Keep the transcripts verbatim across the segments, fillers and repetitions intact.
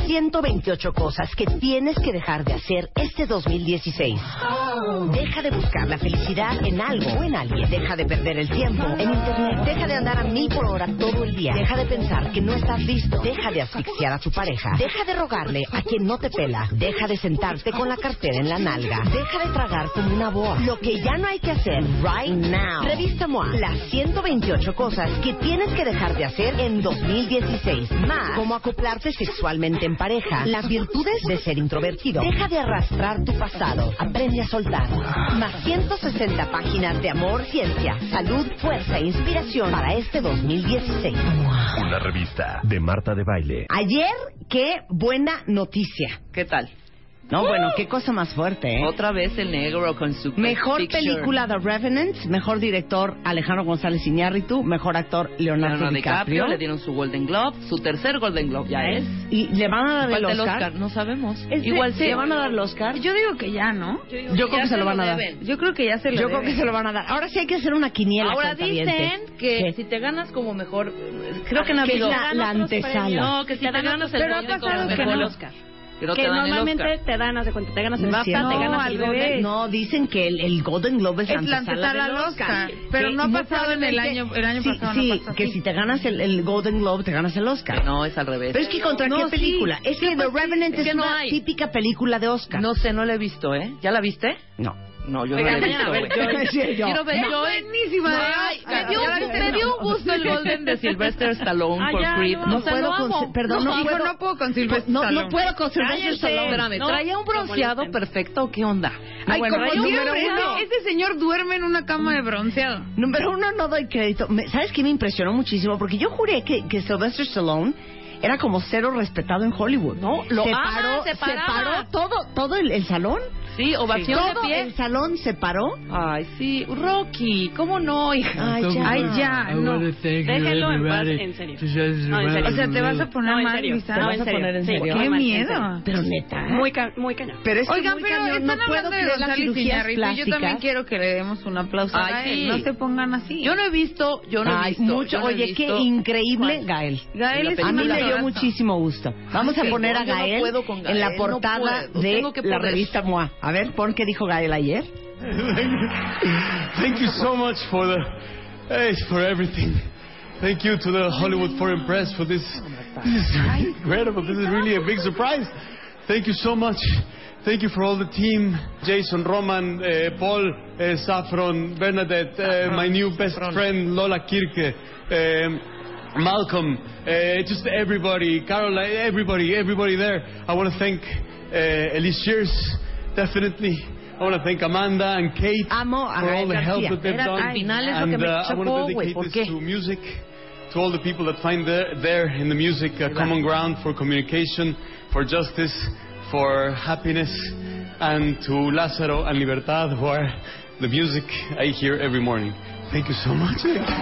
ciento veintiocho cosas que tienes que dejar de hacer este dos mil dieciséis. Deja de buscar la felicidad en algo o en alguien. Deja de perder el tiempo en internet. Deja de andar a mil por hora todo el día. Deja de pensar que no estás listo. Deja de asfixiar a tu pareja. Deja de rogarle a quien no te pela. Deja de sentarte con la cartera en la nalga. Deja de tragar como una boa. Lo que ya no hay que hacer right now. Revista M O A. Las ciento veintiocho cosas que tienes que dejar de hacer en dos mil dieciséis. Más, cómo acoplarte sexualmente en pareja. Las virtudes de ser introvertido. Deja de arrastrar tu pasado. Aprende a soltar. Más ciento sesenta páginas de amor, ciencia, salud, fuerza e inspiración para este dos mil dieciséis. Una revista de Marta de Baile. Ayer, qué buena noticia. ¿Qué tal? No, bueno, qué cosa más fuerte, ¿eh? Otra vez el negro con su Mejor picture. película The Revenant, mejor director Alejandro González Iñárritu, mejor actor Leonardo, Leonardo DiCaprio. DiCaprio. Le dieron su Golden Globe, su tercer Golden Globe ya es. Y le van a dar el ¿Cuál del Oscar. Oscar? No sabemos. Este, Igual sí. sí. ¿Le van a dar el Oscar? Yo digo que ya, ¿no? Yo, digo Yo que creo ya que se lo van a dar. deben. Yo creo que ya se lo Yo deben. creo que se lo van a dar. Ahora sí hay que hacer una quiniela. Ahora cuentavientes. dicen que ¿Qué? si te ganas como mejor, creo que no ha Que es habido. la, la antesala. No, que si te, ganas el Pero ha Golden pasado como que mejor no. Oscar. Que no Que te dan normalmente el Oscar. te dan, hace cuenta, te ganas el No es BAFTA, cierto. te ganas No, el al bebé. revés. No, dicen que el, el Golden Globe es, Es la antesala antesala del al Oscar. Pero Que no ha muy pasado en el probablemente- año, el año sí, pasado. Sí, no pasó que así. si te ganas el, el Golden Globe, te ganas el Oscar. No, es al revés. Pero es que ¿contra No, qué sí. película? Es que ¿Qué The pasa? Revenant Es es que no una hay. típica película de Oscar. No sé, no la he visto, ¿eh? ¿Ya la viste? No. No, yo Oigan, no la he vayan a ver visto. güey. Joy. Sí, yo. Quiero ver No, Joy. buenísima, de Ay, Oscar. me dio, Ya la viste, me dio no. un gusto el Golden de Sylvester Stallone Ah, por ya, Creed. no, No O sea, puedo lo con... amo. Perdón, no, Dijo, puedo... no puedo con Sylvester No, no Stallone. puedo con Sylvester Cállate. Stallone. Espérame, No, ¿traía un bronceado molesten. perfecto? ¿Qué onda? Ay, Bueno, como número siempre, uno. ese, ese señor duerme en una cama de bronceado. Número uno, no doy crédito. Me- ¿Sabes qué me impresionó muchísimo? Porque yo juré que, que Sylvester Stallone era como cero respetado en Hollywood. No, lo se ama, paró, se paraba. paró todo, todo el, el salón. Sí, ovación de Todo pie. el salón se paró. Ay, sí. Rocky, ¿cómo no, hija? Ay, ya. Ay, ya, no. Déjenlo en paz, en serio. No, en serio. O sea, te vas a poner No, en mal, serio. Luisa. ¿Te No, vas en a serio. poner en Sí, serio? Qué muy mal, en miedo. serio. Pero neta. Muy, ca muy cañón. Pero es que Oigan, muy pero cañón, están no puedo hablando de creer las González cirugías Iñárritu. Yo plásticas. también quiero que le demos un aplauso Ay, a él. sí. No se pongan así. Yo no he visto, yo no he Ay, visto. mucho. yo no he Oye, visto. qué increíble, ¿Cuál? Gael. Gael La es A mí un me dio actorazo. muchísimo gusto. Vamos a Ay, poner a yo no Gael, puedo con Gael, en la no portada puedo, de tengo que la poder. revista M O A. A ver, pon qué dijo Gael ayer. Thank you so much for the, hey, for everything. Thank you to the Hollywood Foreign Press for this. This is really incredible. This is really a big surprise. Thank you so much. Thank you for all the team. Jason, Roman, uh, Paul, uh, Saffron, Bernadette, uh, my new best friend Lola Kirke, um, Malcolm, uh, just everybody, Caroline, everybody, everybody there. I want to thank uh, Elise Shears, definitely. I want to thank Amanda and Kate Amo a for all Gael the help García. that they've Era- done. al final es lo and que me uh, I chocó, want to güey, dedicate ¿por this qué? to music, to all the people that find there, there in the music a common ground for communication, for justice, for happiness, and to Lázaro and Libertad, who are the music I hear every morning. Thank you so much.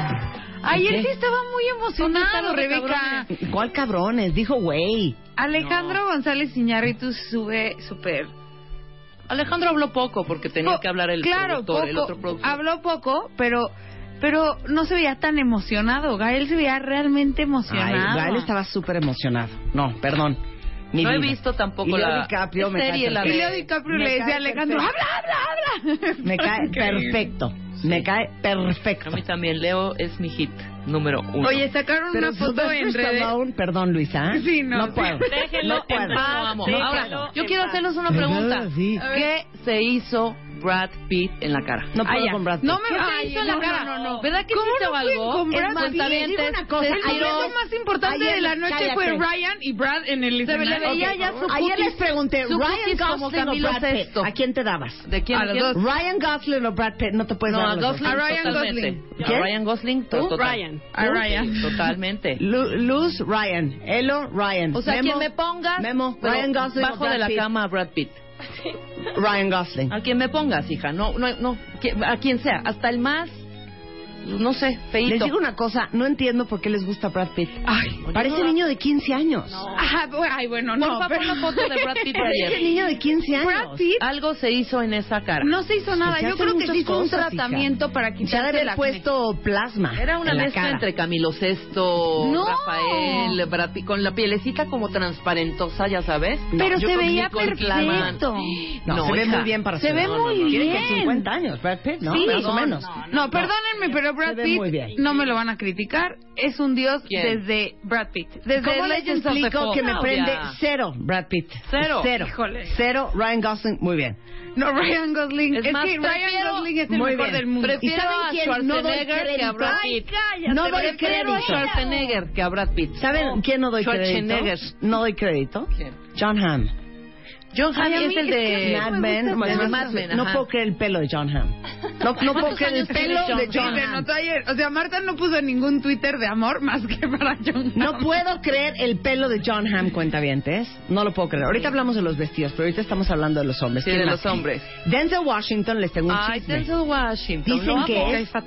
Ayer sí estaba muy ¿Dónde están emocionado, los Rebeca. ¿Cuál cabrones? Dijo güey. Alejandro González Iñárritu sube súper... Alejandro habló poco porque tenía Po- que hablar el claro, productor, poco, el otro productor. habló poco, pero pero no se veía tan emocionado. Gael se veía realmente Ay, emocionado. Gael estaba súper emocionado. No, perdón. Mi No he vida. visto tampoco Y Leo la DiCaprio es me serie, cae la Y de- Leo DiCaprio Me le decía cae a Alejandro, perfecto. habla, habla, habla. Me cae Increíble. perfecto. Me cae perfecto. A mí también, Leo es mi hit número uno. Oye, sacaron Pero una foto en Sylvester redes. Stallone, perdón, Luisa. ¿eh? Sí, no, sí. puedo. Déjenlo no puedo. en paz. Lo amo. Déjalo Ahora, yo en quiero paz. hacerles una De pregunta. verdad, sí. A ver. ¿Qué se hizo Brad Pitt en la cara? No puedo Ah, ya. con Brad Pitt. No me ¿Qué se Ay, hizo en no, la cara? no, no, no. ¿Verdad que ¿Cómo sí te no pueden valgó? con Es Brad Pitt? cuentavientes, Digo una cosa, se El ayer- tiró- momento más importante ayer- de la noche cállate. fue Ryan y Brad en el Se le escenario. veía Ok. ya su Ayer cutis- les pregunté, su Ryan cutis como Gosling o Camilo Brad Pitt. Sesto. ¿A quién te dabas? ¿De quién? A los quién? dos. Ryan Gosling o Brad Pitt. No te puedes No, dar a los dos. Gosling A Ryan totalmente. Gosling. A ¿Quién? Ryan Gosling, ¿Tú? total. Ryan. A Ryan. Totalmente. Lu- Luz, Ryan. Elo, Ryan. O sea, Memo, quien me pongas, Memo, pero Ryan Gosling o bajo Brad de la Pitt. cama a Brad Pitt. Ryan Gosling. A quien me pongas, hija. No, no, no. que- A quien sea. Hasta el más no sé, feíto. Les digo una cosa, no entiendo por qué les gusta Brad Pitt. Ay, parece no, niño de quince años. No. Ajá, ay, bueno, no. Porfa, pero... pon la foto de Brad Pitt de Parece ayer. niño de quince años. Brad Pitt Algo se hizo en esa cara. no se hizo nada. Se Yo hacen creo que muchas se hizo un cosas, tratamiento hija. para Se ha de quitarse haber el acné. puesto plasma. Era una en la mezcla cara. entre Camilo Sesto, No. Rafael, Brad Pitt, con la pielecita como transparentosa, ya sabes. Pero Yo se con veía Nicole Kidman. perfecto. No, No, se ve hija. muy bien para Se su ve edad. muy Tiene bien. que cincuenta años, Brad Pitt, ¿no? Sí. Más o No, menos. No, perdónenme, pero Brad Se ve Pitt muy bien. no me lo van a criticar. Es un dios ¿Quién? desde Brad Pitt. Desde ¿Cómo les Legends of the explico Fall. que me Claudia. prende cero Brad Pitt? Cero. Cero. Híjole. Cero Ryan Gosling, muy bien. No, Ryan Gosling. Es Es, más, que Ryan prefiero- Gosling es el Muy mejor bien. del mundo. Prefiero ¿Y saben a quién? No doy Schwarzenegger que a crédito. Brad Ay, Pitt. cállate, No doy Prefiero crédito. a Schwarzenegger que a Brad Pitt. ¿Saben No. quién no doy Schwarzenegger. crédito? No doy crédito. ¿Quién? John Hamm. John Ay, Hamm a es mí el es que de no Mad me Men. gusta Bueno, de no, Mad Men, no ajá. puedo creer el pelo de John Hamm. No, no puedo creer el años tiene pelo John de Hamm? John Se Hamm. notó ayer. O sea, Marta no puso ningún Twitter de amor más que para John. No puedo creer el pelo de John Hamm, cuentavientes. No lo puedo creer. Ahorita hablamos de los vestidos, pero ahorita estamos hablando de los hombres. Sí, ¿Quién de más? los hombres. Denzel Washington, les tengo un Ay, chisme. Denzel Washington. Dicen lo amo. que es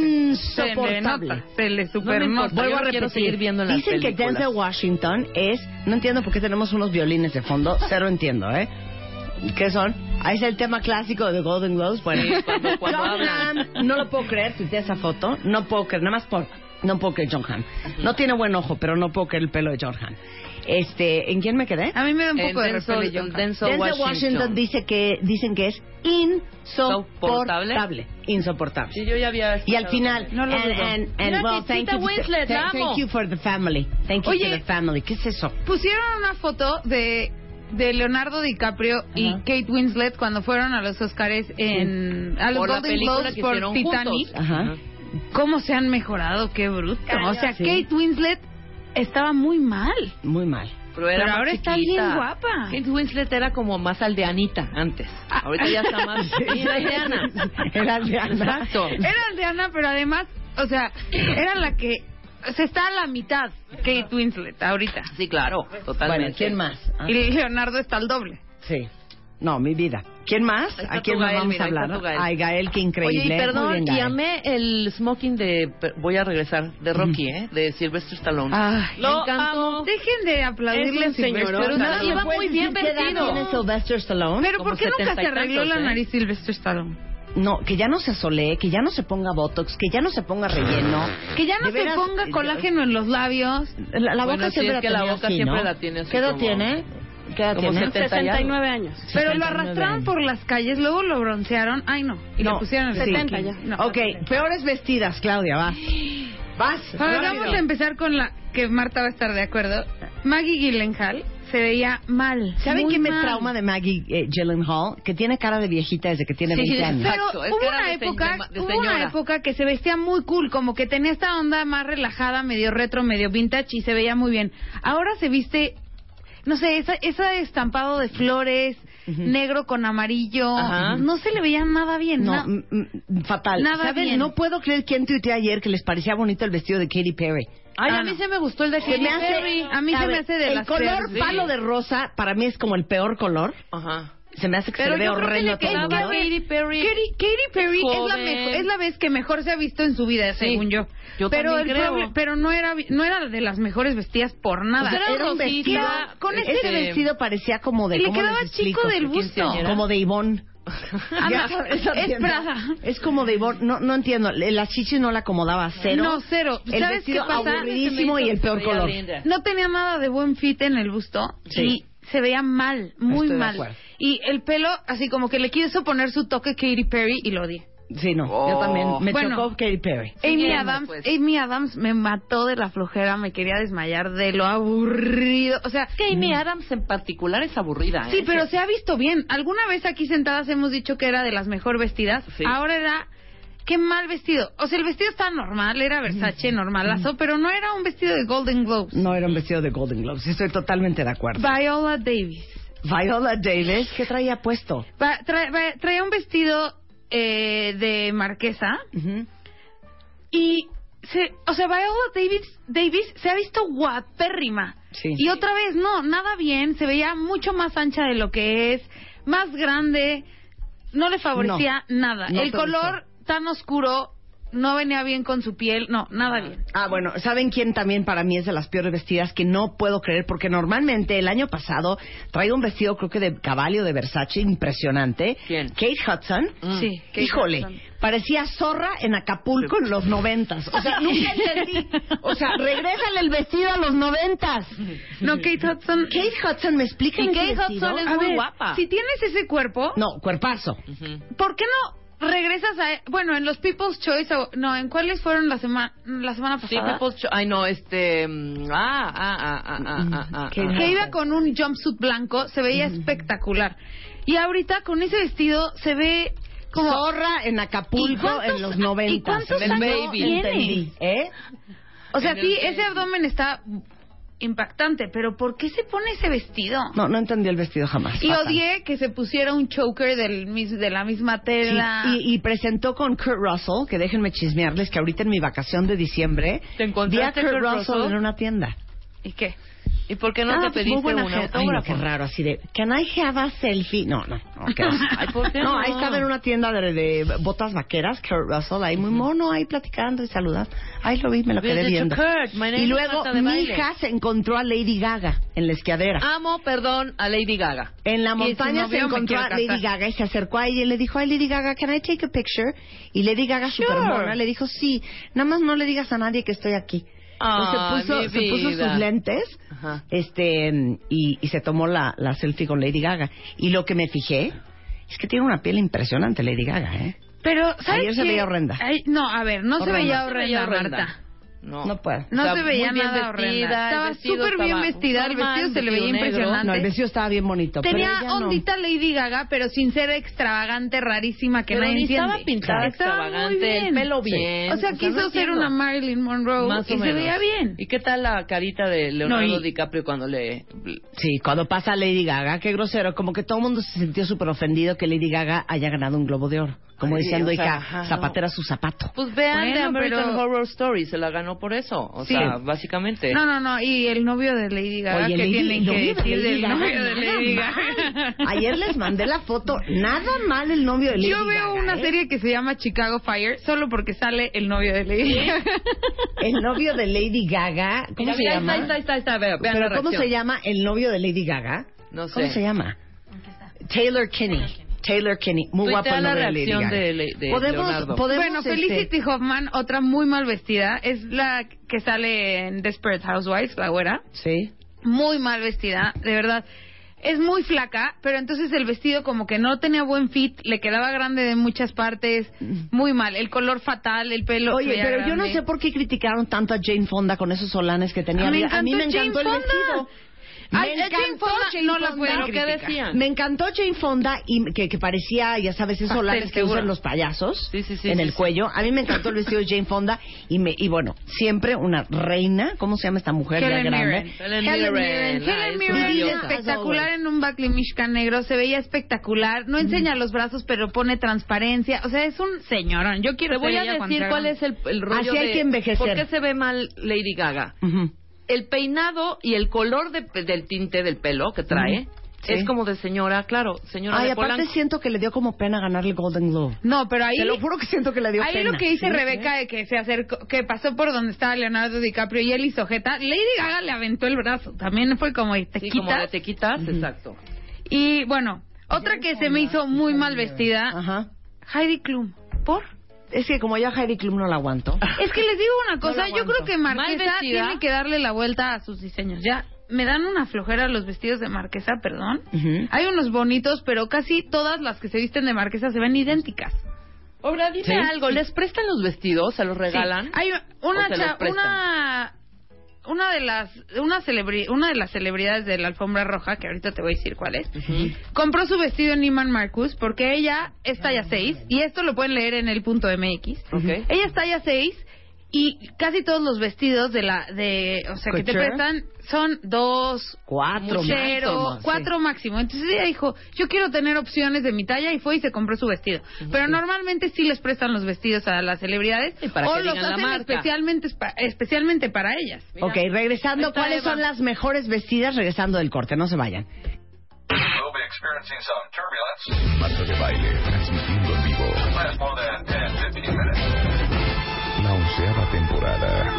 insoportable. Se le No super me importa. nota. Vuelvo yo a lo quiero repetir. seguir viendo en las Dicen que películas. Denzel Washington es... No entiendo por qué tenemos unos violines de fondo. Cero entiendo, ¿eh? ¿Qué son? Ahí es el tema clásico de Golden Globes. Bueno, Sí, cuando- cuando John hablan. Hamm, no lo puedo creer, tuiteé esa foto. No puedo creer, nada más por... No puedo creer John Hamm. No tiene buen ojo, pero no puedo creer el pelo de John Hamm. Este, ¿en quién me quedé? A mí me da un En poco de Denzel- repele John Hamm. Denzel Denzel Washington. Washington dice que dicen que es insoportable. ¿Soportable? Insoportable. Sí, yo ya había Y al escuchado. final, No lo and, dudo. and, and, Mira, well, thank Tita you, Winslet, la thank, amo. thank you for the family. Thank you Oye, for the family. ¿Qué es eso? Pusieron una foto de de Leonardo DiCaprio y Ajá. Kate Winslet cuando fueron a los Oscars en a los Por la Golden película Globes que por hicieron Titanic. juntos. Ajá. ¿Cómo se han mejorado? Qué bruto. O sea, Sí. Kate Winslet estaba muy mal. Muy mal. Pero, era Pero más ahora está chiquita. bien guapa. Kate Winslet era como más aldeanita antes. Ah. Ahorita ya está más... Sí, era aldeana. Era aldeana. Exacto. Era aldeana, pero además, o sea, era la que se está a la mitad Kate Winslet ahorita. Sí, claro, totalmente. Bueno, ¿quién más? Ah, Y Leonardo está al doble. Sí. No, mi vida. ¿Quién más? Ahí está ¿A quién tu más Gael, vamos mira, a ahí está hablar? tu Gael. Ay, Gael, qué increíble. Oye, y Muy perdón, bien, y Gael. amé el smoking de... Voy a regresar, de Rocky, ¿eh? De Sylvester Stallone. Ay, Me encantó. Dejen de aplaudirle Es a un señorón. Sylvester Pero nada, Stallone. iba muy bien ¿Qué edad vestido. tiene Sylvester Stallone? Pero como ¿por qué nunca setenta se y arregló tantos, la ¿eh? nariz Sylvester Stallone? No, que ya no se asolee, que ya no se ponga botox, que ya no se ponga relleno. Que ya no De se veras, ponga eh, colágeno en los labios. La, la Bueno, boca sí, siempre es la que la tenía boca así, siempre ¿no? la tiene así ¿Qué edad como- tiene? ¿Qué edad como tiene? setenta sesenta y nueve años. Pero lo sesenta y nueve arrastraron años. por las calles, luego lo broncearon. Ay, no. Y No, le pusieron el sí. setenta ya. No. Ok, peores vestidas, Claudia, vas. Vas. A ver, rápido. vamos a empezar con la que Marta va a estar de acuerdo. Maggie Gyllenhaal se veía mal. ¿Saben muy qué me mal. trauma de Maggie eh, Gyllenhaal? Que tiene cara de viejita desde que tiene Sí, veinte años. exacto. Pero es hubo que era una de época, señora- de hubo señora. una época que se vestía muy cool, como que tenía esta onda más relajada, medio retro, medio vintage y se veía muy bien. Ahora se viste, no sé, esa, ese estampado de flores, Ujú. negro con amarillo, Ajá. no se le veía nada bien. No, na- mm, mm, fatal. Nada ¿Saben? bien. No puedo creer quién tuiteó ayer que les parecía bonito el vestido de Katy Perry. Ay, Ah, a mí no. se me gustó el de Se Katy me hace, Perry. a mí se me hace de el las color peores. Sí. palo de rosa para mí es como el peor color. Ajá. Se me hace que Pero se ve yo creo que horrendo le a todo el quedaba mundo. a Katy Perry. Katy, Katy Perry es la, Joven. mejor, es la vez que mejor se ha visto en su vida, Sí, según yo. yo pero también el creo. proble- pero no era vi- no era de las mejores vestidas por nada. Pues era Era un rosita, vestido, con ese este- vestido parecía como de... Y le ¿cómo quedaba les explico? chico del busto. quinceañera. Como de Ivonne. Ah, Ya no, sabes, esa es tienda. Prada. Es como de Ivonne. No, no entiendo. Las chichis no la acomodaba cero. No, cero. El ¿Sabes vestido qué pasa? aburridísimo Se me y el hizo peor que se veía color. linda. No tenía nada de buen fit en el busto Sí. y se veía mal, muy Estoy de mal. acuerdo. Y el pelo, así como que le quiso poner su toque Katy Perry y lo odié. Sí, no. Yo Oh. también. Me Bueno. chocó Katy Perry. Amy Siguiendo, Adams, pues. Amy Adams me mató de la flojera, me quería desmayar de lo aburrido. O sea, Es que Amy Adams en particular es aburrida, ¿eh? sí, pero se ha visto bien. Alguna vez aquí sentadas hemos dicho que era de las mejor vestidas. Sí. Ahora era, qué mal vestido. O sea, el vestido estaba normal, era Versace normalazo, pero no era un vestido de Golden Globes. No era un vestido de Golden Globes. Estoy totalmente de acuerdo. Viola Davis. Viola Davis, ¿qué traía puesto? Va- tra- va- traía un vestido eh, de marquesa Ujú. y se, o sea, Viola Davis, Davis se ha visto guapérrima. Sí. Y otra vez, no, nada bien, se veía mucho más ancha de lo que es, más grande, no le favorecía nada. no El te color tan oscuro no venía bien con su piel, no, nada bien. Ah, bueno, ¿saben quién también para mí es de las peores vestidas? Que no puedo creer, porque normalmente el año pasado traía un vestido, creo que de Cavallo, de Versace, impresionante. ¿Quién? Kate Hudson. Mm. Sí. Kate Híjole, Hudson. parecía zorra en Acapulco en los noventas. O sea, nunca entendí. O sea, regrésale el vestido a los noventas. No, Kate Hudson. Kate Hudson, ¿me explican Y qué Kate vestido? Hudson es A muy ver, guapa. si tienes ese cuerpo, No, cuerpazo. Ujú. ¿por qué no regresas a... Bueno, en los People's Choice, o- no, ¿en cuáles fueron la, semana la semana Sí, pasada? People's Cho- Ay, no, este... mm, Ah, ah, ah, ah, ah, ah, ah, Que- ah. Que iba con un jumpsuit blanco, se veía espectacular. Y ahorita con ese vestido se ve como... Zorra en ¿Y Acapulco cuántos- en los y noventas. cuántos No años tiene? entendí, ¿eh? O sea, En sí, el- ese abdomen está impactante, pero ¿por qué se pone ese vestido? No, no entendí el vestido jamás. Y Fatal. odié que se pusiera un choker del mis- de la misma Sí, tela. y, y presentó con Kurt Russell, que déjenme chismearles que ahorita en mi vacación de diciembre ¿Te vi a encontraste Kurt Kurt Russell Russell? en una tienda. ¿Y qué? ¿Y por qué no Ah, te pues pediste muy buena un gente. Ay, no, autógrafo? qué raro, así de, can I have a selfie? No, no, no, qué oso. Ay, ¿por qué No, no? ahí estaba en una tienda de, de botas vaqueras, Kurt Russell, ahí muy mono, ahí platicando y saludando. Ahí lo vi, me lo Hubieras quedé dicho, viendo. Kurt, my name Y is luego Marta de mi Baile. hija se encontró a Lady Gaga en la esquiadera. Amo, perdón, a Lady Gaga. En la Y su montaña se novio me encontró a quiere Lady casar. Gaga y se acercó a ella y le dijo, ay, Lady Gaga, can I take a picture? Y Lady Gaga, Sure. super mona, le dijo, sí, nada más no le digas a nadie que estoy aquí. Ay, Entonces se mi puso, se puso vida. sus lentes Ajá. este y, y se tomó la, la selfie con Lady Gaga. Y lo que me fijé es que tiene una piel impresionante Lady Gaga, ¿eh? Pero, ¿sabes Ayer se qué? veía horrenda. Ay, no, a ver, no se Horrenda. veía No se horrenda, veía horrenda. Marta. No. No puedo. No O sea, se veía muy bien nada vestida, horrenda. el Estaba vestido súper bien estaba vestida, el normal, vestido se le veía vestido negro. impresionante. No, el vestido estaba bien bonito. Tenía pero ella no. ondita Lady Gaga, pero sin ser extravagante, rarísima, que Pero nadie ni entiende. estaba pintada Estaba muy extravagante, el bien. pelo Sí. bien. O sea, quiso no ser entiendo. una Marilyn Monroe Más o y se menos. veía bien. ¿Y qué tal la carita de Leonardo No, y- DiCaprio cuando le... Sí, cuando pasa Lady Gaga, qué grosero. Como que todo el mundo se sintió súper ofendido que Lady Gaga haya ganado un Globo de Oro. Como Ay, diciendo, o sea, Ica, ajá, no. zapatera su zapato. Pues vean Bueno, de American pero- Horror Story, se la ganó por eso. O Sí. sea, básicamente. No, no, no. Y el novio de Lady Gaga, Oye, que Lady- tienen el que novio de decir Lady del Gaga, novio de nada Lady mal. Gaga. Ayer les mandé la foto. Nada mal el novio de Lady Yo veo Gaga, una ¿eh? serie que se llama Chicago Fire solo porque sale el novio de Lady Gaga. El novio de Lady Gaga. ¿Cómo Mira, se mira, llama? Ahí está, ahí está, ahí está, vean, vean ¿Pero la cómo se reacción. llama el novio de Lady Gaga? No sé. ¿Cómo se llama? Taylor Kinney. Taylor Kinney. Muy Tuitea guapo el la novio de Lady reacción Gaga. de Le- de podemos, Leonardo. podemos, Bueno, este, Felicity Hoffman, otra muy mal vestida, es la que sale en Desperate Housewives, la güera. Sí. Muy mal vestida, de verdad. Es muy flaca, pero entonces el vestido como que no tenía buen fit, le quedaba grande de muchas partes, muy mal. El color fatal, el pelo. se Oye, veía pero yo no grande. sé por qué criticaron tanto a Jane Fonda con esos solanes que tenía. A mí me a mí me encantó encantó el Jane Fonda. vestido. Ay, Me a Jane encantó Fonda Jane no la Fonda. pueden ¿Pero qué criticar. decían? Me encantó Jane Fonda y que, que parecía, ya sabes, esos Pastel, solares que seguro. usan los payasos Sí, sí, sí, en sí, el sí. cuello. A mí me encantó el vestido de Jane Fonda y me y bueno, siempre una reina. ¿Cómo se llama esta mujer ya Helen grande? Mirren. Helen Helen Mirren. Mirren. Ah, Helen es Mirren maravillosa. espectacular en un Baklimishka negro, se veía espectacular. No enseña los brazos, pero pone transparencia. O sea, es un señorón. Yo quiero Te voy ser a ella cuando decir sea cuál grande. es el, el rollo Así hay de... que envejecer. ¿Por qué se ve mal Lady Gaga? Ujú. El peinado y el color de- del tinte del pelo que trae Ujú. Sí. es como de señora, claro, señora Ay, de aparte Polanco. siento que le dio como pena ganar el Golden Globe. No, pero ahí... Te lo juro que siento que le dio Ahí pena. lo que dice ¿Sí? Rebeca de que se acercó, que pasó por donde estaba Leonardo DiCaprio y él hizo jeta, Lady Gaga le aventó el brazo. También fue como, te Sí, quitas. como de te quitas, exacto. Y bueno, otra que se me hizo muy mal vestida, Ajá. Heidi Klum. ¿Por? Es que como yo a Heidi Klum no la aguanto. Es que les digo una cosa, la yo aguanto. creo que Mal Marquesa vestida. tiene que darle la vuelta a sus diseños. Ya, me dan una flojera los vestidos de Marquesa, perdón. Ujú. Hay unos bonitos, pero casi todas las que se visten de Marquesa se ven idénticas. Ahora, dime ¿Sí? algo, ¿les prestan los vestidos? ¿Se los regalan? Sí. Hay una, ¿O se los cha- prestan? una una de las una celebri una de las celebridades de la alfombra roja, que ahorita te voy a decir cuál es, Ujú. compró su vestido en Neiman Marcus porque ella es talla seis, y esto lo pueden leer en el punto M X. Ok. Ella es talla seis y casi todos los vestidos de la de, o sea, que te Couture. prestan son dos, Cuatro cero, máximo, sí. cuatro máximo. Entonces ella dijo, yo quiero tener opciones de mi talla, y fue y se compró su vestido. Pero normalmente sí les prestan los vestidos a las celebridades Y para o que los digan la hacen marca. especialmente pa- especialmente para ellas. Mira. Ok, regresando, Ahí está ¿cuáles Eva. son las mejores vestidas? Regresando del corte, no se vayan. We'll be experiencing some turbulence. Marta de Baile, transmitiendo en vivo. Last more than ten, fifteen minutes. la onceava temporada.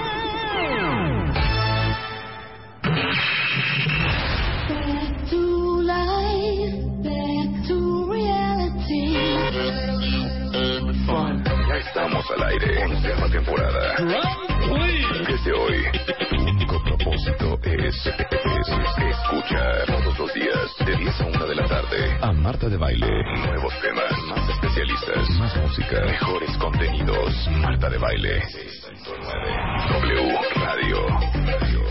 Back to life, back to reality. Ya estamos al aire. Onceava temporada. Desde hoy, tu único propósito es, es escuchar todos los días de diez a una de la tarde a Marta de Baile. Nuevos temas, más especialistas, más música, mejores contenidos. Marta de Baile. seis punto nueve W Radio.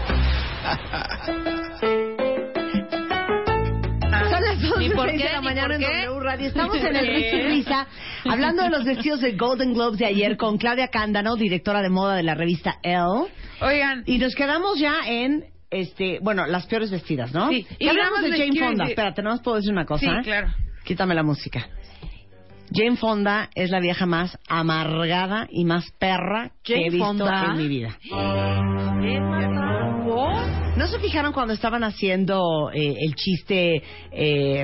Son las once ¿Ni por seis qué, de la ni mañana por en qué? W Radio. Estamos en el Risa y Risa hablando de los vestidos de Golden Globes de ayer con Claudia Cándano, directora de moda de la revista Elle. Oigan, Y nos quedamos ya en, este, bueno, las peores vestidas, ¿no? Sí. Y Y hablamos nada de más les Jane quiero Fonda. decir- Espérate, ¿no os puedo decir una cosa? sí, ¿eh? claro. Quítame la música. Jane Fonda es la vieja más amargada y más perra que Jane he visto Fonda. en mi vida. ¿Qué pasa? ¿Por? ¿No se fijaron cuando estaban haciendo eh, el chiste eh,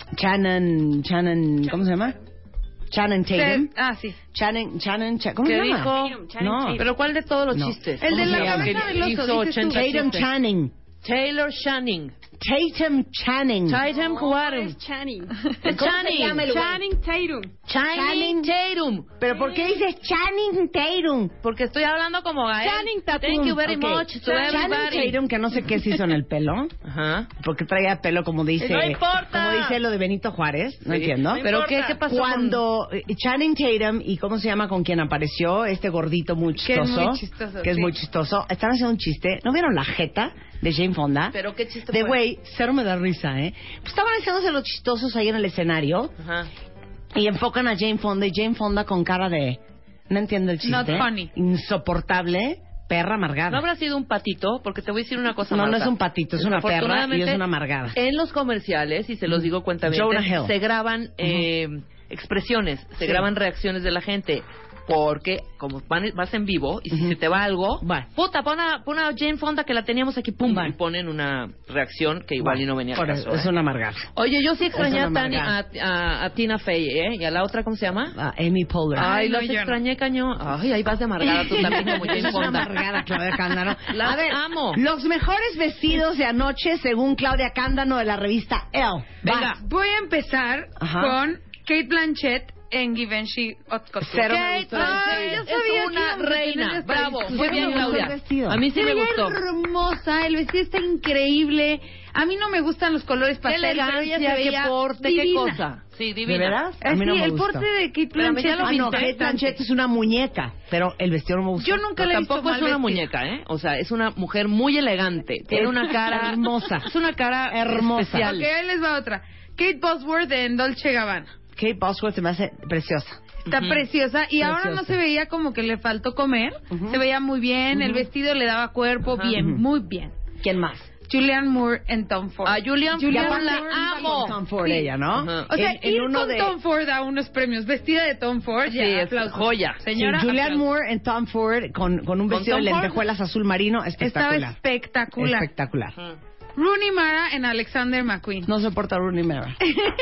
Shannon, Shannon, ¿cómo se llama? Shannon Tatum. Se- ah, sí. Shannon, Shannon, Cha- ¿cómo ¿Qué se llama? dijo? Channing No. Tatum. ¿Pero cuál de todos los No. chistes? El de ¿Cómo la se llama? cabeza Que del oso, hizo dices tú. ochenta Tatum chistes. Channing. Taylor Channing. Tatum Channing. Tatum No, Kuarum. es Channing. ¿Cómo se Channing. llama el güey? Channing Tatum. Channing Tatum. ¿Pero por qué dices Channing Tatum? Porque estoy hablando como Gael. Channing Tatum. Thank you very Ok. much to Channing everybody. Tatum, que no sé qué se hizo en el pelo, Ajá. porque traía pelo como dice, No importa. como dice lo de Benito Juárez, no Sí. entiendo. ¿Pero importa. qué, qué pasó? Cuando eh, Channing Tatum y cómo se llama con quien apareció este gordito muy Que es chistoso, muy chistoso, que es sí. muy chistoso, están haciendo un chiste. ¿No vieron la jeta de Jane Fonda? con... ¿Pero qué chiste De fue? güey, cero me da risa, ¿eh? Pues estaban haciéndose los chistosos ahí en el escenario Ajá. y enfocan a Jane Fonda y Jane Fonda con cara de, no entiendo el chiste, Not funny. insoportable, perra amargada. ¿No habrá sido un patito? Porque te voy a decir una cosa, No, no Marta. es un patito, es una perra y es Desafortunadamente, una amargada. En los comerciales, y se los digo cuenta Jonah Hill. se graban eh, expresiones, se Sí. graban reacciones de la gente. Porque, como van- vas en vivo, y si Ujú. se te va algo, Bueno. puta, pon a, pon a Jane Fonda que la teníamos aquí, pum, Bueno. y ponen una reacción que igual y no venía al Por caso. eso, es ¿eh? una amargada. Oye, yo sí extrañé Es a, una Tani, a, amargada. a- a Tina Fey, ¿eh? Y a la otra, ¿cómo se llama? Ah, Amy Poehler. Ay, Ay, no, las yo no. extrañé, cañón. Ay, ahí vas de amargada tú también como Jane Es una Fonda. amargada, Claudia Cándano. Las a ver, amo. los mejores vestidos de anoche según Claudia Cándano de la revista Elle. Venga. Vas. Voy a empezar Ajá. con Kate Blanchett en Givenchy Haute Couture. Cero me Kate gustó el Ay, vestido. yo sabía es que una íbamos a tener reina. esta Bravo. discusión. Muy bien, Me gustó el Claudia. vestido. A mí sí Se me veía gustó. hermosa, el vestido está increíble. A mí no me gustan los colores Qué pastel, pero ella elegancia, se qué veía porte, divina. qué cosa. Sí, divina. ¿De veras? A Eh, mí no sí, me el gustó. porte de Kate Pero a mí ya Blanchett. lo Ah, no, pinté. Kate Blanchett es una muñeca, pero el vestido no me gustó. Yo nunca Pero la he visto tampoco es mal una vestida. muñeca, ¿eh? O sea, es una mujer muy elegante. Tiene Es una cara hermosa. Es una cara Hermosa. especial. Ok, ahí les va otra. Kate Bosworth en Dolce Gabbana. Kate Bosworth se me hace preciosa. Está Ujú. preciosa y ahora no Preciosa. se veía como que le faltó comer. Ujú. Se veía muy bien, el Ujú. vestido le daba cuerpo, Ajá. bien, Ujú. muy bien. ¿Quién más? Julianne Moore en Tom Ford. A Julian Julianne Ford la Moore amo. Con Tom Ford Sí. ella, ¿no? Ajá. O sea, En- en ir uno con de- Tom Ford a unos premios, vestida de Tom Ford, Sí, ya, es aplausos. joya. Señora, Sí, Julianne aplausos. Moore en Tom Ford con, con un ¿Con vestido de Tom Ford? lentejuelas azul marino Estaba espectacular. espectacular. Espectacular. Ujú. Rooney Mara en Alexander McQueen. No soporto a Rooney Mara.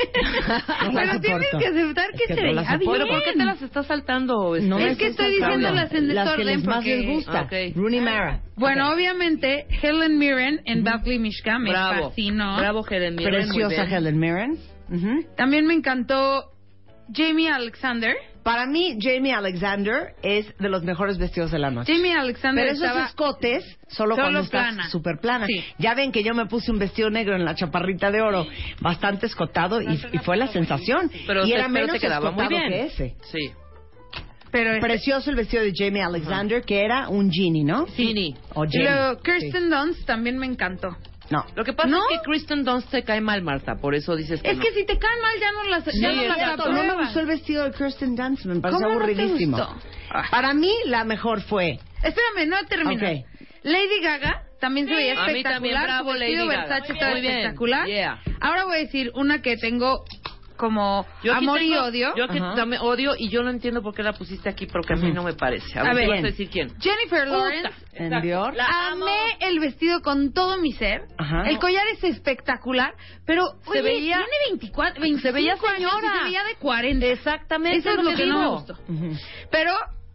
No la Pero tienes soporto. que aceptar que, Es que se no la veía soporto. ¿Pero por qué te bien. las estás saltando? este? No me Es que estoy estoy saltando. diciéndolas en Las que desorden les más porque- les gusta. Ah, ok. Rooney Mara. Bueno, Ok. obviamente, Helen Mirren en Buckley, Michigan, me Bravo. fascinó. Bravo, Helen Mirren. muy Preciosa bien. Helen Mirren. Ujú. También me encantó Jamie Alexander. Para mí, Jamie Alexander es de los mejores vestidos de la noche. Jamie Alexander Pero esos estaba... escotes, solo, Solo cuando estás plana. súper plana. Sí. Ya ven que yo me puse un vestido negro en la chaparrita de oro, bastante escotado, y, y fue la sensación. Pero, y te- era pero menos te quedaba muy escotado bien. que ese. Sí. Pero este- Precioso el vestido de Jamie Alexander, que era un genie, ¿no? Ginny. O Y Jamie. luego, Kirsten Sí. Dunst también me encantó. No. Lo que pasa ¿No? es que Kristen Dunst te cae mal, Marta. Por eso dices que Es no. que si te caen mal ya no las, ya Sí, no las exacto. No me apruebas. gustó el vestido de Kirsten Dunst, me pareció ¿Cómo no te aburridísimo. gustó? Ah. Para mí, la mejor fue... Espérame, no termino. Ok. Lady Gaga también se veía A mí espectacular. también, bravo, Su vestido Lady Gaga. Versace Muy estaba bien. espectacular. Yeah. Ahora voy a decir una que tengo como Yo aquí amor y tengo- odio. Yo aquí Ajá. también odio y yo no entiendo por qué la pusiste aquí porque a mí Ujú. no me parece. A, A ver, ver. ¿tú vas ¿Quién? a decir quién? Jennifer Lawrence. Puta, ¿En exacto. Dior? La amo. Amé el vestido con todo mi ser. Ajá. El collar es espectacular, pero Se oye, veía- tiene veinticuatro, veinticinco se veía años y señora. se veía de cuarenta. Exactamente. Eso es lo que, digo. no me gustó. Ujú. Pero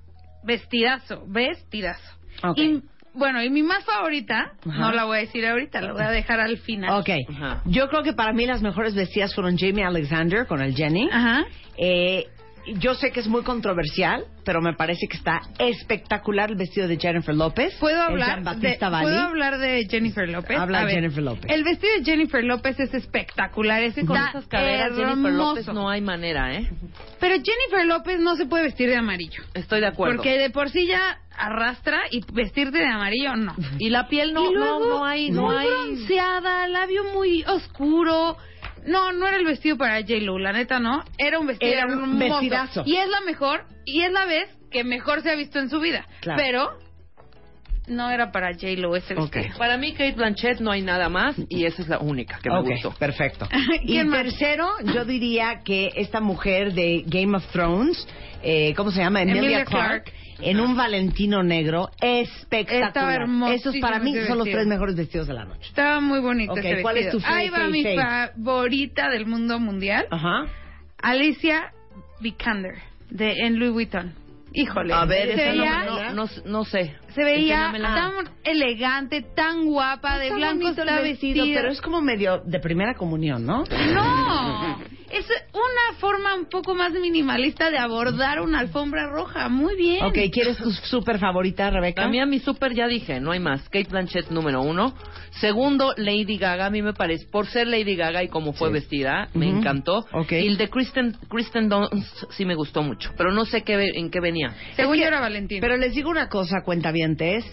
vestidazo, vestidazo. Okay. Y, bueno, y mi más favorita, Ajá. no la voy a decir ahorita, la voy a dejar al final. Ok. Ajá. Yo creo que para mí las mejores vestidas fueron Jamie Alexander con el Jenny. Ajá. Eh, yo sé que es muy controversial, pero me parece que está espectacular el vestido de Jennifer López. ¿Puedo el hablar, Jean-Baptiste de, Valli. ¿Puedo hablar de Jennifer López? Habla A de ver, Jennifer López. El vestido de Jennifer López es espectacular. Ese Con está esas caderas, Jennifer hermoso. López, no hay manera, ¿eh? Pero Jennifer López no se puede vestir de amarillo. Estoy de acuerdo. Porque de por sí ya arrastra y vestirte de amarillo no. Y la piel no, Y luego, no, no hay, no muy hay. bronceada, labio muy oscuro. No, no era el vestido para J-Lo, la neta no. Era un vestido Era un hermoso. vestidazo. Y es la mejor, y es la vez que mejor se ha visto en su vida. Claro. Pero no era para J-Lo ese Ok. vestido. Para mí, Kate Blanchett no hay nada más y esa es la única que me Ok, gustó. perfecto. Y ¿Quién más? tercero, yo diría que esta mujer de Game of Thrones, eh, ¿cómo se llama? Emilia, Emilia Clarke, Clarke. en un Valentino negro espectacular. Estaba hermosísimo Esos para mí ese son los vestido. tres mejores vestidos de la noche. Estaba muy bonito Ok, ese ¿cuál es vestido. tu fa- Ahí va fa- mi fa- favorita del mundo mundial. Ajá. Alicia Vikander, de en Louis Vuitton. Híjole. A ver, se esa no, veía, no, no, no sé. se veía Enséñamela. tan elegante, tan guapa, de Está blanco bonito el está vestido, vestida. pero es como medio de primera comunión, ¿no? No, es una forma un poco más minimalista de abordar una alfombra roja. Muy bien. Ok, ¿quieres tu súper favorita, Rebeca? A mí a mi súper ya dije, no hay más. Kate Blanchett número uno. Segundo, Lady Gaga. A mí me parece, por ser Lady Gaga y como fue Sí. vestida, me Ujú. encantó. Ok. Y el de Kristen, Kristen Dunst sí me gustó mucho, pero no sé qué, en qué venía. Según Es que- yo era Valentín. Pero les digo una cosa, cuentavientes.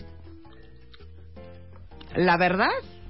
La verdad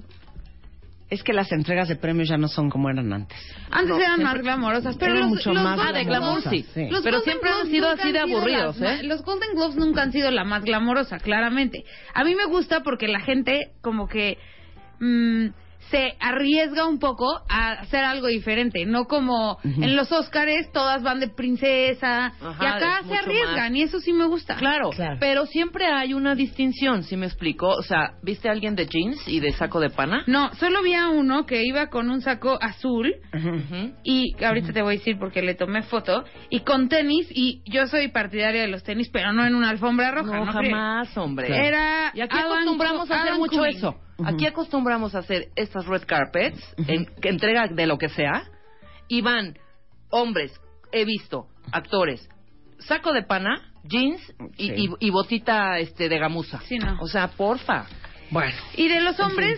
es que las entregas de premios ya no son como eran antes. Antes no, eran siempre- más glamorosas, pero eran los, mucho los más Golden Ah, de glamour glamorosas, sí. sí. Los Pero Golden siempre han Globes sido nunca así de han sido aburridos, las ¿eh? ma- Los Golden Globes nunca han sido la más glamorosa, claramente. A mí me gusta porque la gente como que mm, se arriesga un poco a hacer algo diferente, no como Ujú. en los Óscares todas van de princesa Ajá, y acá es se mucho arriesgan más. y eso sí me gusta. Claro, Claro. pero siempre hay una distinción, ¿sí me explico? O sea, ¿viste a alguien de jeans y de saco de pana? No, solo vi a uno que iba con un saco azul Ujú. y ahorita te voy a decir porque le tomé foto y con tenis y yo soy partidaria de los tenis pero no en una alfombra roja, No, no, creo. jamás, hombre. Era Y aquí Alan acostumbramos Cu- a hacer Alan mucho Cumming. eso. Ujú. Aquí acostumbramos a hacer estas red carpets, en, que entrega de lo que sea, y van hombres, he visto, actores, saco de pana, jeans y, Sí. y- y botita este de gamuza. Sí, no. O sea, porfa. Bueno. Y de los hombres,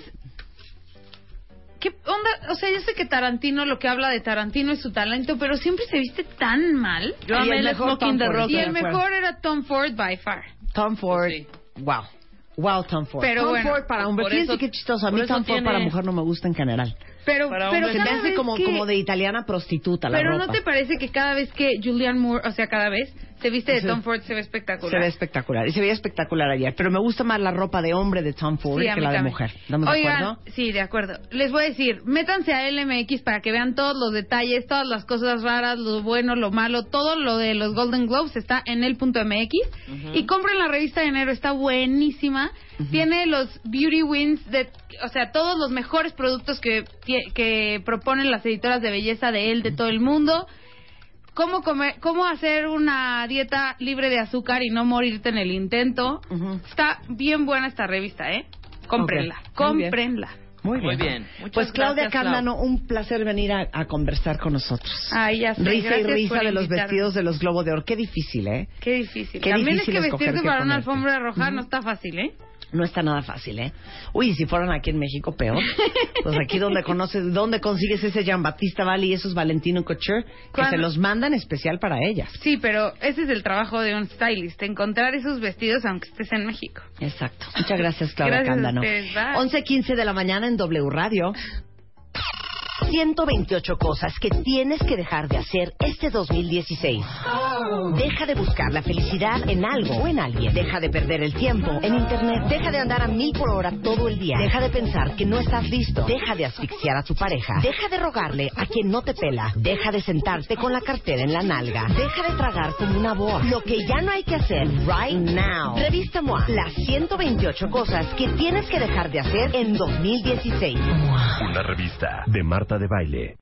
¿qué onda? O sea, yo sé que Tarantino, lo que habla de Tarantino es su talento, pero siempre se viste tan mal. Yo Y amé el el mejor smoking Tom de Ford. rock. Y de el acuerdo. mejor era Tom Ford by far. Tom Ford. Sí. Wow. Wow, Tom Ford. Pero Tom bueno, Ford para hombre. por Fíjense eso- qué chistoso. A por mí eso Tom Ford tiene- para mujer no me gusta en general. Pero, Para pero hombres Se me cada hace vez como, que- como de italiana prostituta la Pero ropa. ¿no te parece que cada vez que Julianne Moore, o sea, cada vez se viste de Sí. Tom Ford se ve espectacular? Se ve espectacular. Y se veía espectacular ayer. Pero me gusta más la ropa de hombre de Tom Ford Sí, a que mí la de también. mujer. ¿Estamos de Oigan, acuerdo? sí, de acuerdo. Les voy a decir, métanse a L M X para que vean todos los detalles, todas las cosas raras, lo bueno, lo malo, todo lo de los Golden Globes está en el punto M X. Ujú. Y compren la revista de enero, está buenísima. Tiene los Beauty Wins, de, o sea, todos los mejores productos que, que proponen las editoras de belleza de él, de todo el mundo. Cómo comer, cómo hacer una dieta libre de azúcar y no morirte en el intento. Ujú. Está bien buena esta revista, ¿eh? Cómprenla, Ok, muy bien. cómprenla. Muy bien. Muy bien. Muchas Pues Claudia gracias, Clau. Cándano, un placer venir a, a conversar con nosotros. Ay, ya sé. Risa y gracias risa por de los invitarme. vestidos de los Globo de Oro. Qué difícil, ¿eh? Qué difícil. Qué También difícil es que escoger vestirse qué para una ponerte. alfombra roja no está fácil, ¿eh? No está nada fácil, ¿eh? Uy, si fueran aquí en México, peor. Pues aquí donde conoces, donde consigues ese Jean-Baptiste Valli y esos Valentino Couture, que ¿Cuándo? se los mandan especial para ellas. Sí, pero ese es el trabajo de un stylist, encontrar esos vestidos aunque estés en México. Exacto. Muchas gracias, Claudia Gracias a Cándano. ustedes, bye. once quince de la mañana en W Radio. ciento veintiocho cosas que tienes que dejar de hacer este dos mil dieciséis. Deja de buscar la felicidad en algo o en alguien. Deja de perder el tiempo en Internet. Deja de andar a mil por hora todo el día. Deja de pensar que no estás listo. Deja de asfixiar a tu pareja. Deja de rogarle a quien no te pela. Deja de sentarte con la cartera en la nalga. Deja de tragar como una boa. Lo que ya no hay que hacer right now. Revista M O A. Las ciento veintiocho cosas que tienes que dejar de hacer en dos mil dieciséis. Una revista de Marta de Baile.